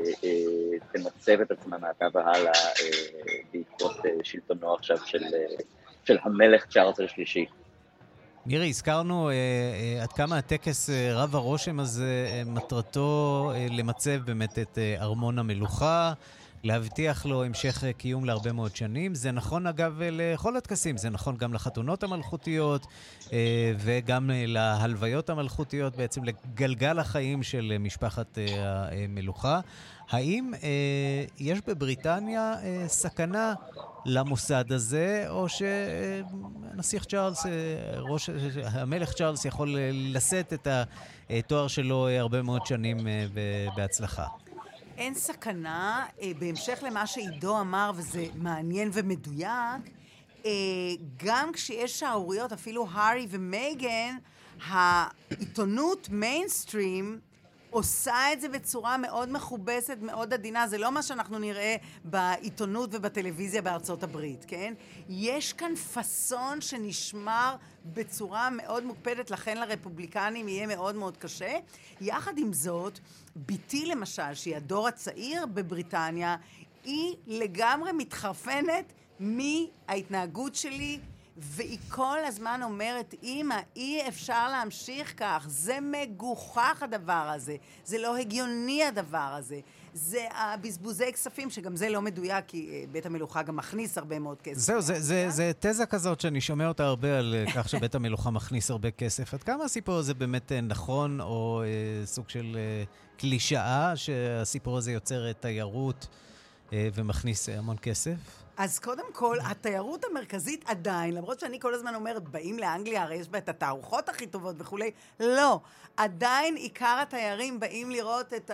Speaker 5: תמצב את עצמה מעתה והלאה בעקבות שלטונו עכשיו של המלך צ'ארלס השלישי.
Speaker 2: מירי, הזכרנו עד כמה הטקס רב הרושם הזה מטרתו למצב באמת את ארמון המלוכה, להבטיח לו המשך קיום להרבה מאוד שנים. זה נכון אגב לכל הטקסים, זה נכון גם לחתונות המלכותיות וגם להלוויות המלכותיות, בעצם לגלגל החיים של משפחת המלוכה. האם יש בבריטניה סכנה למוסד הזה, או שנסיך צ'ארלס, המלך צ'ארלס יכול לשאת את התואר שלו הרבה מאוד שנים בהצלחה?
Speaker 3: אין סכנה, בהמשך למה שעידו אמר, וזה מעניין ומדויק, גם כשיש שערוריות, אפילו הארי ומייגן, העיתונות מיינסטרים עושה את זה בצורה מאוד מכובסת, מאוד עדינה. זה לא מה שאנחנו נראה בעיתונות ובטלוויזיה בארצות הברית, כן? יש כאן פסון שנשמר בצורה מאוד מוקפדת, לכן לרפובליקנים יהיה מאוד מאוד קשה. יחד עם זאת, ביתי למשל, שהיא הדור הצעיר בבריטניה, היא לגמרי מתחרפנת מההתנהגות שלי, והיא כל הזמן אומרת, אמא, אי אפשר להמשיך כך, זה מגוחך הדבר הזה, זה לא הגיוני הדבר הזה, זה הבזבוזי כספים, שגם זה לא מדויק, כי בית המלוכה גם מכניס הרבה מאוד כסף.
Speaker 2: זהו, זה תזה כזאת שאני שומע אותה הרבה על כך שבית המלוכה מכניס הרבה כסף. עד כמה הסיפור הזה באמת נכון, או סוג של קלישאה, שהסיפור הזה יוצר תיירות ומכניס המון כסף?
Speaker 3: אז קודם כל, התיירות המרכזית עדיין, למרות שאני כל הזמן אומרת, באים לאנגליה, הרי יש בה את התערוכות הכי טובות וכולי, לא. עדיין עיקר התיירים באים לראות את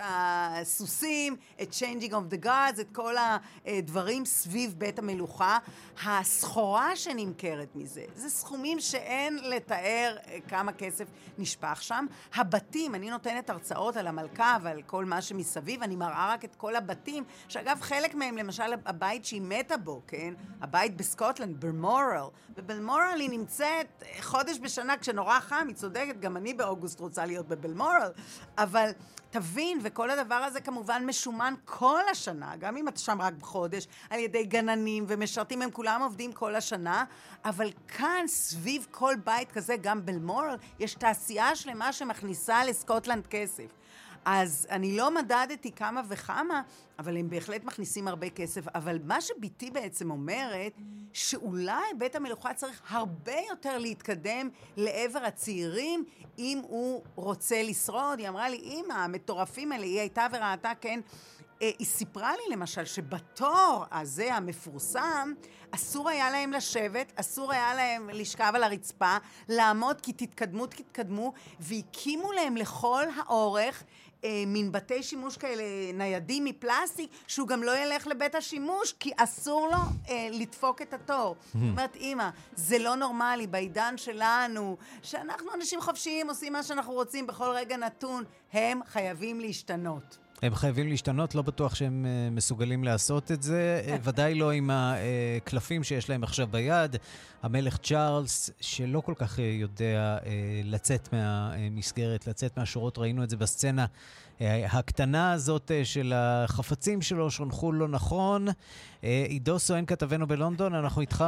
Speaker 3: הסוסים, את Changing of the Guards, את כל הדברים סביב בית המלוכה. הסחורה שנמכרת מזה, זה סכומים שאין לתאר כמה כסף נשפך שם. הבתים, אני נותנת הרצאות על המלכה ועל כל מה שמסביב, אני מראה רק את כל הבתים, שאגב חלק מהם, למשל הבית שהיא מתה בו, כן? הבית בסקוטלנד, בלמורל. ובלמורל היא נמצאת חודש בשנה כשנורא חם, היא צודקת, גם אני באוגוסט רוצה להיות בבלמורל, אבל תבין, וכל הדבר הזה כמובן משומן כל השנה, גם אם אתה שם רק בחודש, על ידי גננים ומשרתים, הם כולם עובדים כל השנה, אבל כאן סביב כל בית כזה, גם בלמורל, יש תעשייה שלמה שמכניסה לסקוטלנד כסף. אז אני לא מדדתי כמה וכמה, אבל הם בהחלט מכניסים הרבה כסף. אבל מה שביתי בעצם אומרת, שאולי בית המלוכה צריך הרבה יותר להתקדם לעבר הצעירים, אם הוא רוצה לשרוד. היא אמרה לי, אמא, המטורפים האלה, היא הייתה וראתה, כן, היא סיפרה לי למשל שבתור הזה המפורסם, אסור היה להם לשבת, אסור היה להם לשכב על הרצפה, לעמוד כי תתקדמו, והקימו להם לכל האורך מין בתי שימוש כאלה ניידים מפלסטיק, שהוא גם לא ילך לבית השימוש, כי אסור לו לדפוק את התור. זאת אומרת, אמא, זה לא נורמלי בעידן שלנו, שאנחנו אנשים חופשיים, עושים מה שאנחנו רוצים בכל רגע נתון, הם חייבים להשתנות.
Speaker 2: הם חייבים להשתנות, לא בטוח שהם מסוגלים לעשות את זה, ודאי לא עם הקלפים שיש להם עכשיו ביד. המלך צ'ארלס, שלא כל כך יודע לצאת מהמסגרת, לצאת מהשורות, ראינו את זה בסצנה הקטנה הזאת של החפצים שלו, שונחו לא נכון. עידו סואן, כתבנו בלונדון, אנחנו איתך?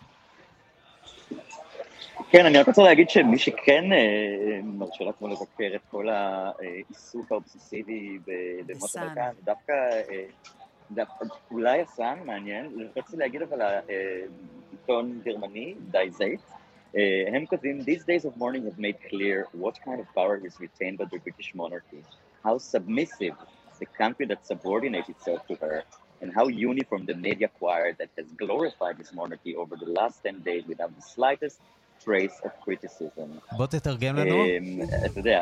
Speaker 5: כן, אני רק רוצה להגיד שמי שכן מרשה לעצמו לבקר את כל העיסוק האובססיבי במות המלכה, דווקא אולי הסן, מעניין, רציתי להגיד אבל עיתון גרמני, די זייט, הם כותבים, These days of mourning have made clear what kind of power is retained by the British monarchy, how submissive the country that subordinates itself to her, and how uniform the media choir that has glorified this monarchy over the last 10 days without the slightest trace of criticism.
Speaker 2: בוא תתרגם לנו.
Speaker 5: אתה יודע.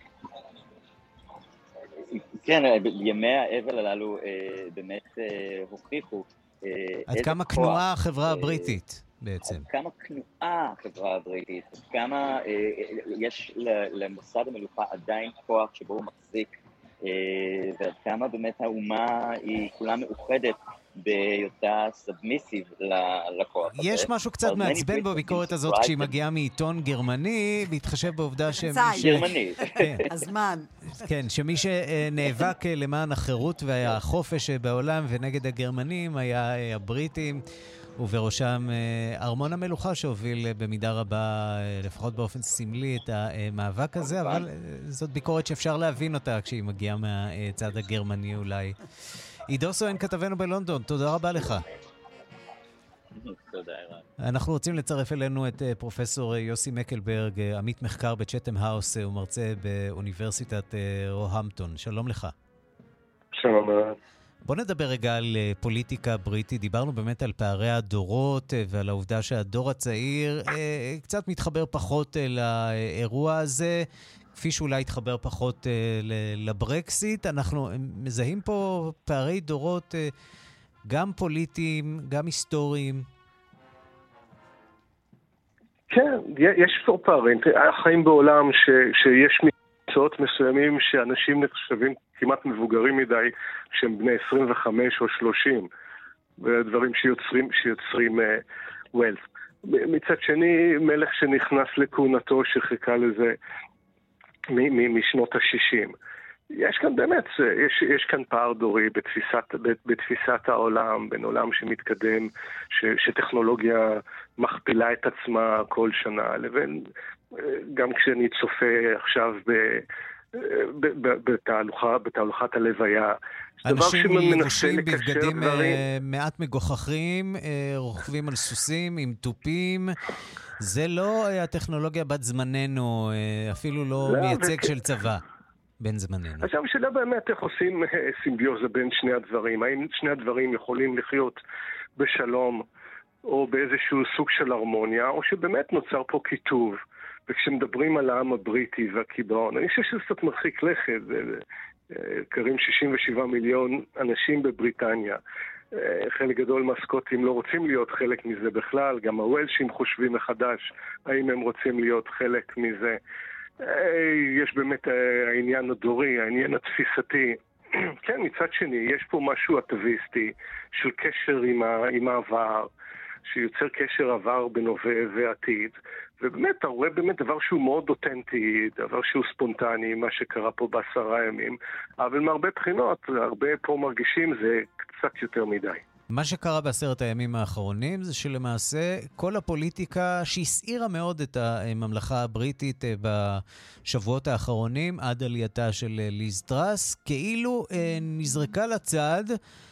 Speaker 5: כן, ימי האבל הללו באמת הוכיחו
Speaker 2: עד כמה כנועה החברה הבריטית בעצם.
Speaker 5: עד כמה כנועה החברה הבריטית, עד כמה יש למוסד המלוכה עדיין כוח שבו הוא מחזיק, ועד כמה באמת האומה היא כולה מאוחדת בהיותה סאבמיסיב לכוח הזה.
Speaker 2: יש משהו קצת מעצבן בביקורת הזאת כשהיא מגיעה מעיתון גרמני, להתחשב בעובדה
Speaker 5: גרמני.
Speaker 3: הזמן.
Speaker 2: כן, שמי שנאבק למען החירות והחופש בעולם ונגד הגרמנים היה הבריטים, ובראשם ארמון המלוכה שהוביל במידה רבה, לפחות באופן סמלי, את המאבק הזה, אבל זאת ביקורת שאפשר להבין אותה כשהיא מגיעה מהצד הגרמני אולי. עידו סואן, כתבנו בלונדון, תודה רבה לך.
Speaker 5: תודה, ערן.
Speaker 2: אנחנו רוצים לצרף אלינו את פרופסור יוסי מקלברג, עמית מחקר בצ'טם האוס ומרצה באוניברסיטת רוהמפטון. שלום לך.
Speaker 7: שלום.
Speaker 2: בוא נדבר רגע על פוליטיקה בריטית. דיברנו באמת על פערי הדורות ועל העובדה שהדור הצעיר קצת מתחבר פחות לאירוע הזה, כפי שאולי התחבר פחות לברקסיט. אנחנו מזהים פה פערי דורות גם פוליטיים, גם היסטוריים.
Speaker 7: כן, יש פה פערים. החיים בעולם שיש מקצועות מסוימים שאנשים נחשבים כמעט מבוגרים מדי, שהם בני 25 או 30, ודברים שיוצרים ווילס. מצד שני, מלך שנכנס לכהונתו שחיכה לזה משנות ה-60. יש כאן באמת, יש כאן פער דורי בתפיסת העולם, בין עולם שמתקדם, שטכנולוגיה מכפילה את עצמה כל שנה, לבין גם כשאני צופה עכשיו בתהלוכת הלוויה.
Speaker 2: אנשים לבושים בבגדים מעט מגוחכים, רוכבים על סוסים עם טופים. זה לא הטכנולוגיה בת זמננו, אפילו לא מייצג של צבא בין זמננו.
Speaker 7: עכשיו, שאלה באמת איך עושים סימביוזה בין שני הדברים. האם שני הדברים יכולים לחיות בשלום או באיזשהו סוג של הרמוניה, או שבאמת נוצר פה כיתוב. וכשמדברים על העם הבריטי והקיבעון, אני חושב שזה קצת מרחיק לכת, קרים 67 מיליון אנשים בבריטניה. חלק גדול מהסקוטים לא רוצים להיות חלק מזה בכלל, גם הוולשים חושבים מחדש האם הם רוצים להיות חלק מזה. יש באמת העניין הדורי, העניין התפיסתי. כן, מצד שני, יש פה משהו אטביסטי של קשר עם העבר, שיוצר קשר עבר בנובע ועתיד, ובאמת, אתה רואה באמת דבר שהוא מאוד אותנטי, דבר שהוא ספונטני, מה שקרה פה ב10 ימים, אבל מהרבה בחינות, הרבה פה מרגישים זה קצת יותר מדי.
Speaker 2: מה שקרה ב10 הימים האחרונים זה שלמעשה כל הפוליטיקה שהסעירה מאוד את הממלכה הבריטית בשבועות האחרונים עד עלייתה של ליז טראס, כאילו נזרקה לצד.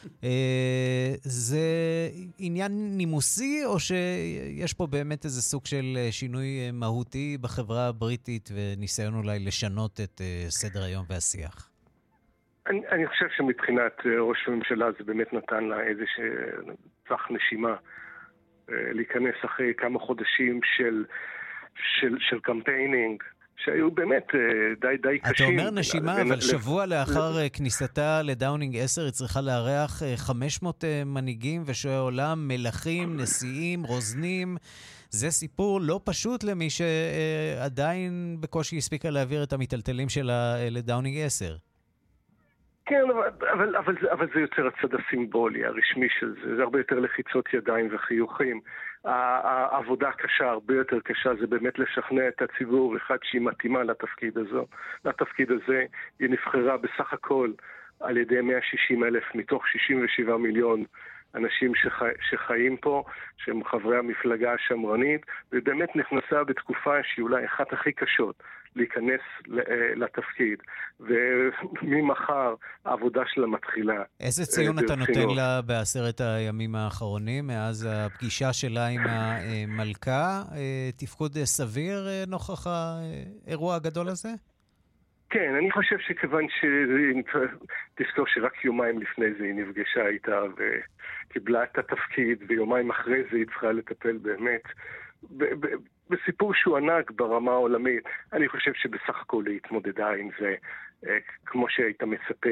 Speaker 2: זה עניין נימוסי או שיש פה באמת איזה סוג של שינוי מהותי בחברה הבריטית וניסיון אולי לשנות את סדר היום והשיח?
Speaker 7: אני חושב שמבחינת ראש הממשלה זה באמת נתן לה איזה צח נשימה להיכנס אחרי כמה חודשים של קמפיינינג שהיו באמת די קשים.
Speaker 2: אתה אומר נשימה, אבל שבוע לאחר כניסתה לדאונינג 10 היא צריכה לארח 500 מנהיגים ושועי עולם, מלכים, נשיאים, רוזנים. זה סיפור לא פשוט למי שעדיין בקושי הספיקה להעביר את המטלטלים שלה לדאונינג 10.
Speaker 7: כן, אבל זה יותר הצד הסימבולי, הרשמי של זה. זה הרבה יותר לחיצות ידיים וחיוכים. העבודה הקשה, הרבה יותר קשה, זה באמת לשכנע את הציבור אחד שהיא מתאימה לתפקיד הזה. היא נבחרה בסך הכל על ידי 160,000 מתוך 67 מיליון אנשים שחיים פה, שהם חברי המפלגה השמרנית, ובאמת נכנסה בתקופה שהיא אולי אחת הכי קשות להיכנס לתפקיד, וממחר העבודה שלה מתחילה.
Speaker 2: איזה ציון אתה נותן לה ב10 הימים האחרונים, מאז הפגישה שלה עם המלכה? תפקוד סביר נוכח האירוע הגדול הזה?
Speaker 7: כן, אני חושב שכיוון תזכור שרק יומיים לפני זה היא נפגשה איתה וקיבלה את התפקיד, ויומיים אחרי זה היא צריכה לטפל באמת בסיפור שהוא ענק ברמה העולמית. אני חושב שבסך הכל היא התמודדה עם זה, כמו שהיית מצפה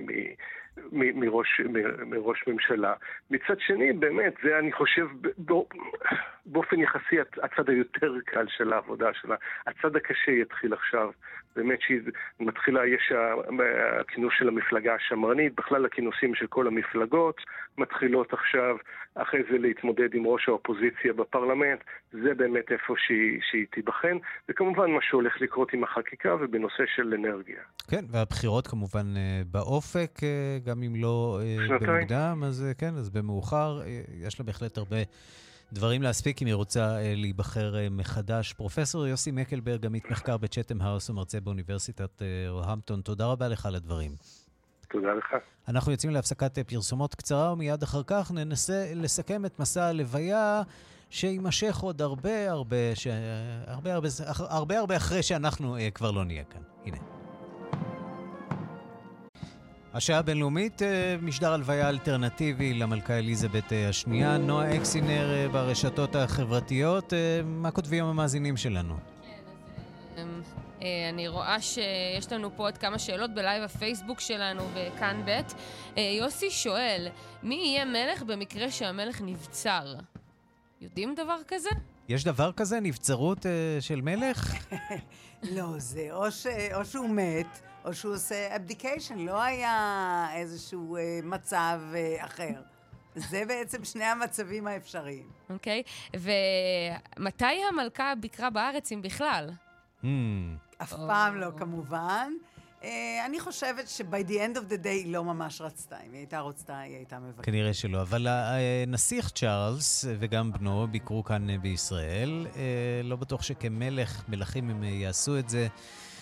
Speaker 7: מראש ממשלה. מצד שני, באמת, זה אני חושב באופן יחסי הצד היותר קל של העבודה שלה. הצד הקשה יתחיל עכשיו. באמת שהיא מתחילה, יש הכינוס של המפלגה השמרנית, בכלל הכינוסים של כל המפלגות מתחילות עכשיו, אחרי זה להתמודד עם ראש האופוזיציה בפרלמנט, זה באמת איפה שהיא תיבחן, וכמובן מה שהולך לקרות עם החקיקה ובנושא של אנרגיה.
Speaker 2: כן, והבחירות כמובן באופק, גם אם לא במוקדם, אז כן, אז במאוחר, יש לה בהחלט הרבה דברים להספיק אם היא רוצה להיבחר מחדש. פרופסור יוסי מקלברג, עמית מחקר בצ'אטם האוס ומרצה באוניברסיטת רהמפטון, תודה רבה לך על הדברים.
Speaker 7: תודה לך. אנחנו
Speaker 2: יוצאים להפסקת פרסומות קצרה, ומיד אחר כך ננסה לסכם את מסע הלוויה שימשך עוד הרבה אחרי שאנחנו כבר לא נהיה כאן. הנה. השעה הבינלאומית, משדר הלוויה אלטרנטיבי למלכה אליזבת השנייה. נועה אקסינר ברשתות החברתיות, מה כותבים המאזינים שלנו?
Speaker 6: כן, אז אני רואה שיש לנו פה עוד כמה שאלות בלייב הפייסבוק שלנו בכאן ב'. יוסי שואל, מי יהיה מלך במקרה שהמלך נבצר? יודעים דבר כזה?
Speaker 2: יש דבר כזה? נבצרות של מלך?
Speaker 3: לא, זה או שהוא מת, או שהוא עושה אבדיקיישן, לא היה איזשהו מצב אחר. זה בעצם שני המצבים האפשריים.
Speaker 6: אוקיי, ומתי המלכה ביקרה בארץ, אם בכלל?
Speaker 3: אף פעם לא, כמובן. אני חושבת ש-by the end of the day היא לא ממש רצתה. אם היא הייתה רצתה, היא הייתה מבקרת.
Speaker 2: כנראה שלא, אבל הנסיך צ'ארלס וגם בנו ביקרו כאן בישראל. לא בטוח מלכים הם יעשו את זה.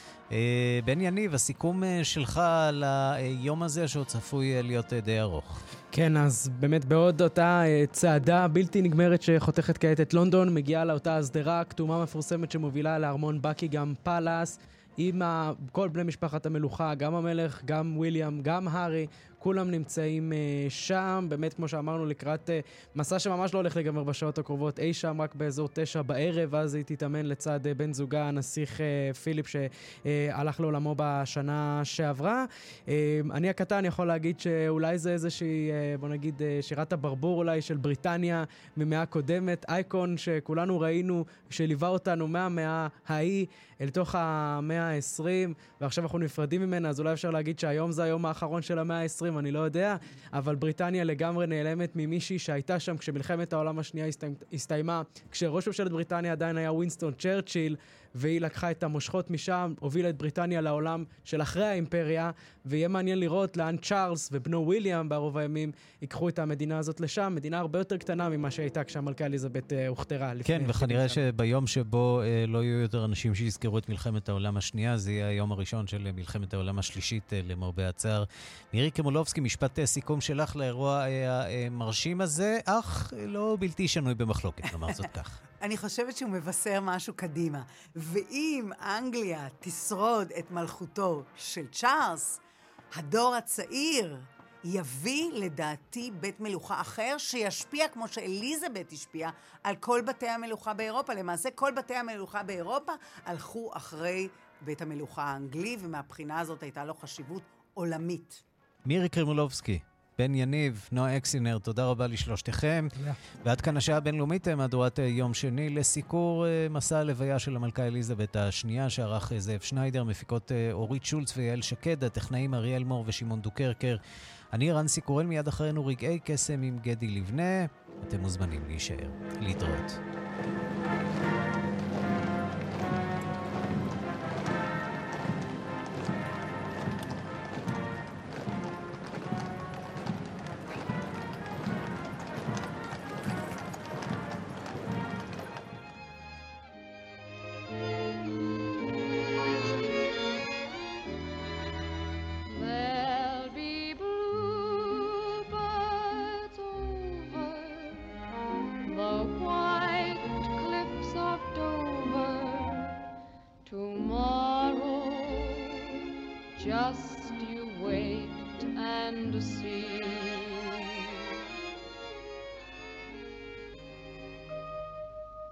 Speaker 2: בן יניב, הסיכום שלך על היום הזה שהוא צפוי להיות די ארוך.
Speaker 4: כן, אז באמת בעוד אותה צעדה בלתי נגמרת שחותכת כעת את לונדון, מגיעה לאותה הסדרה כתומה מפורסמת שמובילה לארמון בקינגהאם פלאס, עם כל בני משפחת המלוכה, גם המלך, גם וויליאם, גם הארי, כולם נמצאים שם, באמת כמו שאמרנו, לקראת מסע שממש לא הולך לגמר בשעות הקרובות, אי שם רק באזור 9 בערב, אז היא תתאמן לצד בן זוגה, הנסיך פיליפ, שהלך לעולמו בשנה שעברה. אני הקטן יכול להגיד שאולי זה איזושהי, בוא נגיד, שירת הברבור אולי של בריטניה ממאה קודמת, אייקון שכולנו ראינו, שליווה אותנו מהמאה ההיא אל תוך המאה ה-20, ועכשיו אנחנו נפרדים ממנה, אז אולי אפשר להגיד שהיום זה היום האחרון של המאה ה-20, אני לא יודע, אבל בריטניה לגמרי נעלמת ממישהי שהייתה שם כשמלחמת העולם השנייה הסתיימה, כשראש ממשלת בריטניה עדיין היה ווינסטון צ'רצ'יל, והיא לקחה את המושכות משם, הובילה את בריטניה לעולם של אחרי האימפריה, ויהיה מעניין לראות לאן צ'ארלס ובנו וויליאם בערוב הימים ייקחו את המדינה הזאת לשם, מדינה הרבה יותר קטנה ממה שהייתה כשהמלכה אליזבת הוכתרה.
Speaker 2: כן, וכנראה שביום שבו לא יהיו יותר אנשים שיזכרו את מלחמת העולם השנייה, זה יהיה היום הראשון של מלחמת העולם השלישית למרבה הצער. מירי קמולובסקי, משפט סיכום שלך לאירוע המרשים הזה, אך לא בלתי שנוי במחלוקת, נאמר זאת כך.
Speaker 3: אני חושבת שהוא מבשר משהו קדימה. ואם אנגליה תשרוד את מלכותו של צ'ארלס, הדור הצעיר יביא לדעתי בית מלוכה אחר שישפיע כמו שאליזבת השפיעה על כל בתי המלוכה באירופה. למעשה כל בתי המלוכה באירופה הלכו אחרי בית המלוכה האנגלי, ומהבחינה הזאת הייתה לו חשיבות עולמית.
Speaker 2: מירי קרימולובסקי, בן יניב, נועה אקסינר, תודה רבה לשלושתכם. ועד כאן השעה הבינלאומית, מהדורת יום שני, לסיקור מסע הלוויה של המלכה אליזבת השנייה, שערך זאב שניידר, מפיקות אורית שולץ ויעל שקד, הטכנאים אריאל מור ושמעון דוקרקר. אני רנסי קורל, מיד אחרינו רגעי קסם עם גדי לבנה. אתם מוזמנים להישאר. להתראות.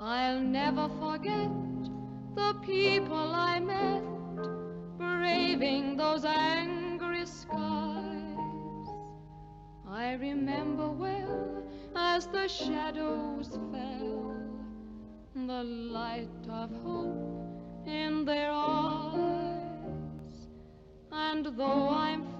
Speaker 8: I'll never forget the people I met, braving those angry skies. I remember well as the shadows fell, the light of hope in their eyes. And though I'm